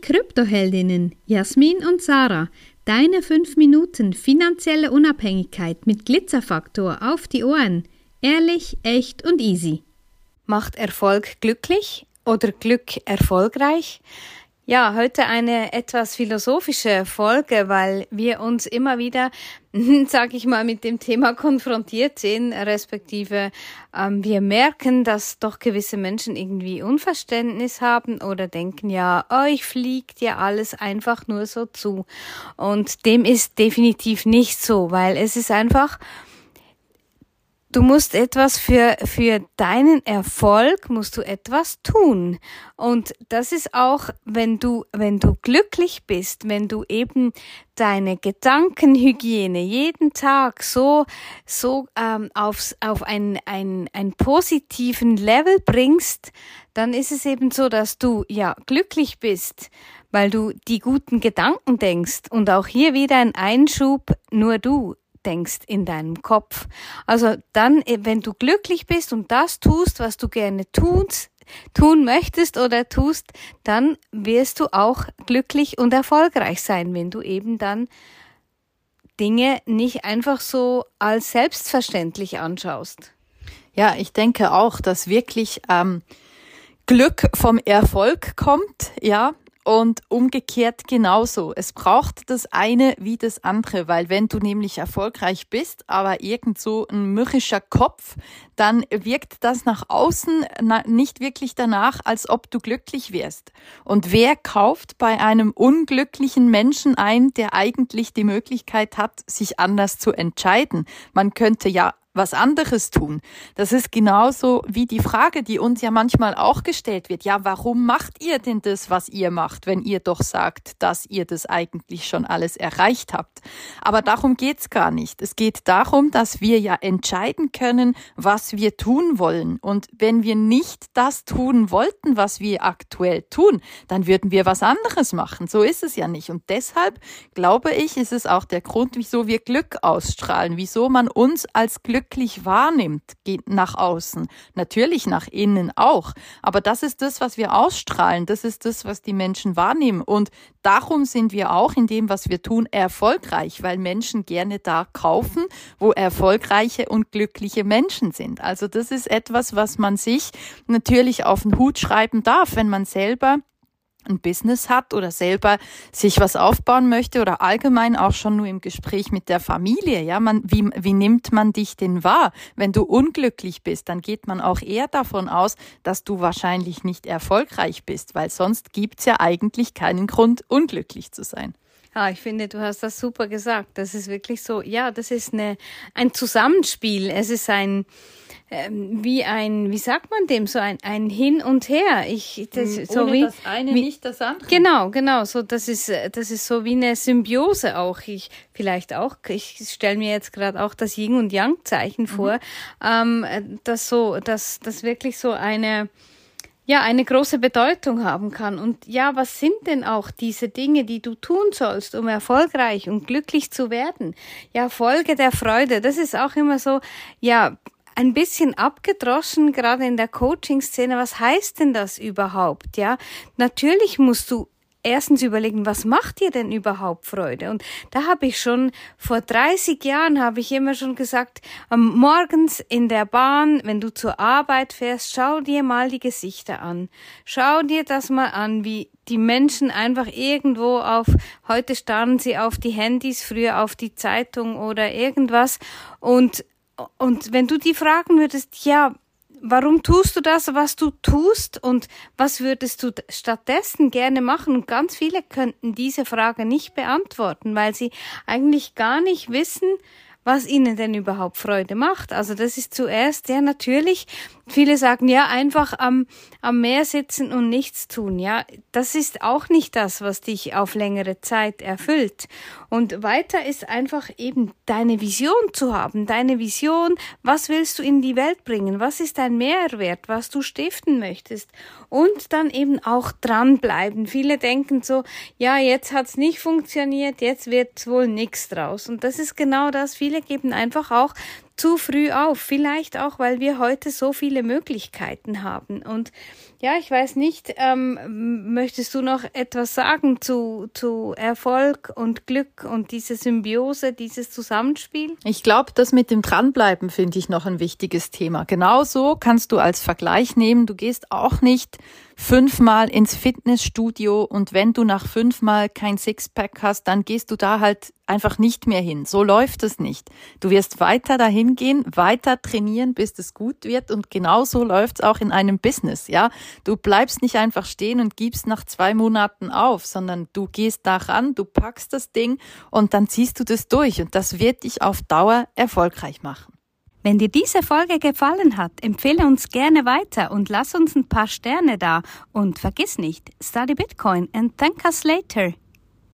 Kryptoheldinnen Jasmin und Sarah, deine 5 Minuten finanzielle Unabhängigkeit mit Glitzerfaktor auf die Ohren. Ehrlich, echt und easy. Macht Erfolg glücklich oder Glück erfolgreich? Ja, heute eine etwas philosophische Folge, weil wir uns immer wieder, sag ich mal, mit dem Thema konfrontiert sehen, respektive wir merken, dass doch gewisse Menschen irgendwie Unverständnis haben oder denken, ja, euch fliegt ja alles einfach nur so zu. Und dem ist definitiv nicht so, weil es ist einfach, du musst etwas für deinen Erfolg musst du etwas tun. Und das ist auch, wenn du glücklich bist, wenn du eben deine Gedankenhygiene jeden Tag so auf einen positiven Level bringst, dann ist es eben so, dass du ja glücklich bist, weil du die guten Gedanken denkst. Und auch hier wieder ein Einschub, nur du denkst in deinem Kopf. Also dann, wenn du glücklich bist und das tust, was du gerne tun möchtest oder tust, dann wirst du auch glücklich und erfolgreich sein, wenn du eben dann Dinge nicht einfach so als selbstverständlich anschaust. Ja, ich denke auch, dass wirklich Glück vom Erfolg kommt, ja. Und umgekehrt genauso. Es braucht das eine wie das andere, weil wenn du nämlich erfolgreich bist, aber irgend so ein mürrischer Kopf, dann wirkt das nach außen nicht wirklich danach, als ob du glücklich wärst. Und wer kauft bei einem unglücklichen Menschen ein, der eigentlich die Möglichkeit hat, sich anders zu entscheiden? Man könnte ja was anderes tun. Das ist genauso wie die Frage, die uns ja manchmal auch gestellt wird. Ja, warum macht ihr denn das, was ihr macht, wenn ihr doch sagt, dass ihr das eigentlich schon alles erreicht habt? Aber darum geht's gar nicht. Es geht darum, dass wir ja entscheiden können, was wir tun wollen. Und wenn wir nicht das tun wollten, was wir aktuell tun, dann würden wir was anderes machen. So ist es ja nicht. Und deshalb glaube ich, ist es auch der Grund, wieso wir Glück ausstrahlen, wieso man uns als glücklich wahrnimmt, geht nach außen, natürlich nach innen auch, aber das ist das, was wir ausstrahlen, das ist das, was die Menschen wahrnehmen und darum sind wir auch in dem, was wir tun, erfolgreich, weil Menschen gerne da kaufen, wo erfolgreiche und glückliche Menschen sind. Also das ist etwas, was man sich natürlich auf den Hut schreiben darf, wenn man selber ein Business hat oder selber sich was aufbauen möchte oder allgemein auch schon nur im Gespräch mit der Familie, ja, wie nimmt man dich denn wahr? Wenn du unglücklich bist, dann geht man auch eher davon aus, dass du wahrscheinlich nicht erfolgreich bist, weil sonst gibt's ja eigentlich keinen Grund, unglücklich zu sein. Ja, ich finde, du hast das super gesagt. Das ist wirklich so, ja, das ist ein Zusammenspiel. Es ist wie sagt man dem, so ein Hin und Her. So ohne wie, das eine nicht das andere. Genau, so, das ist so wie eine Symbiose auch. Ich stelle mir jetzt gerade auch das Yin und Yang Zeichen vor, dass wirklich so eine große Bedeutung haben kann. Und ja, was sind denn auch diese Dinge, die du tun sollst, um erfolgreich und glücklich zu werden? Ja, Folge der Freude. Das ist auch immer so, ja, ein bisschen abgedroschen, gerade in der Coaching-Szene. Was heißt denn das überhaupt? Ja, natürlich musst du erstens überlegen, was macht dir denn überhaupt Freude? Und da habe ich schon vor 30 Jahren immer schon gesagt, morgens in der Bahn, wenn du zur Arbeit fährst, schau dir mal die Gesichter an. Schau dir das mal an, wie die Menschen einfach irgendwo heute starren sie auf die Handys, früher auf die Zeitung oder irgendwas. Und wenn du die fragen würdest, ja, warum tust du das, was du tust und was würdest du stattdessen gerne machen? Und ganz viele könnten diese Frage nicht beantworten, weil sie eigentlich gar nicht wissen, was ihnen denn überhaupt Freude macht. Also das ist zuerst, ja natürlich, viele sagen, ja, einfach am Meer sitzen und nichts tun. Ja, das ist auch nicht das, was dich auf längere Zeit erfüllt. Und weiter ist einfach eben deine Vision zu haben. Deine Vision, was willst du in die Welt bringen? Was ist dein Mehrwert, was du stiften möchtest? Und dann eben auch dranbleiben. Viele denken so, ja, jetzt hat's nicht funktioniert, jetzt wird's wohl nichts draus. Und das ist genau das. Viele geben einfach auch zu früh auf. Vielleicht auch, weil wir heute so viele Möglichkeiten haben. Und Ja, ich weiß nicht, möchtest du noch etwas sagen zu Erfolg und Glück und diese Symbiose, dieses Zusammenspiel? Ich glaube, das mit dem Dranbleiben finde ich noch ein wichtiges Thema. Genauso kannst du als Vergleich nehmen, du gehst auch nicht 5-mal ins Fitnessstudio und wenn du nach 5-mal kein Sixpack hast, dann gehst du da halt einfach nicht mehr hin. So läuft es nicht. Du wirst weiter dahin gehen, weiter trainieren, bis es gut wird und genauso läuft es auch in einem Business, ja. Du bleibst nicht einfach stehen und gibst nach 2 Monaten auf, sondern du gehst da ran, du packst das Ding und dann ziehst du das durch und das wird dich auf Dauer erfolgreich machen. Wenn dir diese Folge gefallen hat, empfehle uns gerne weiter und lass uns ein paar Sterne da. Und vergiss nicht, study Bitcoin and thank us later.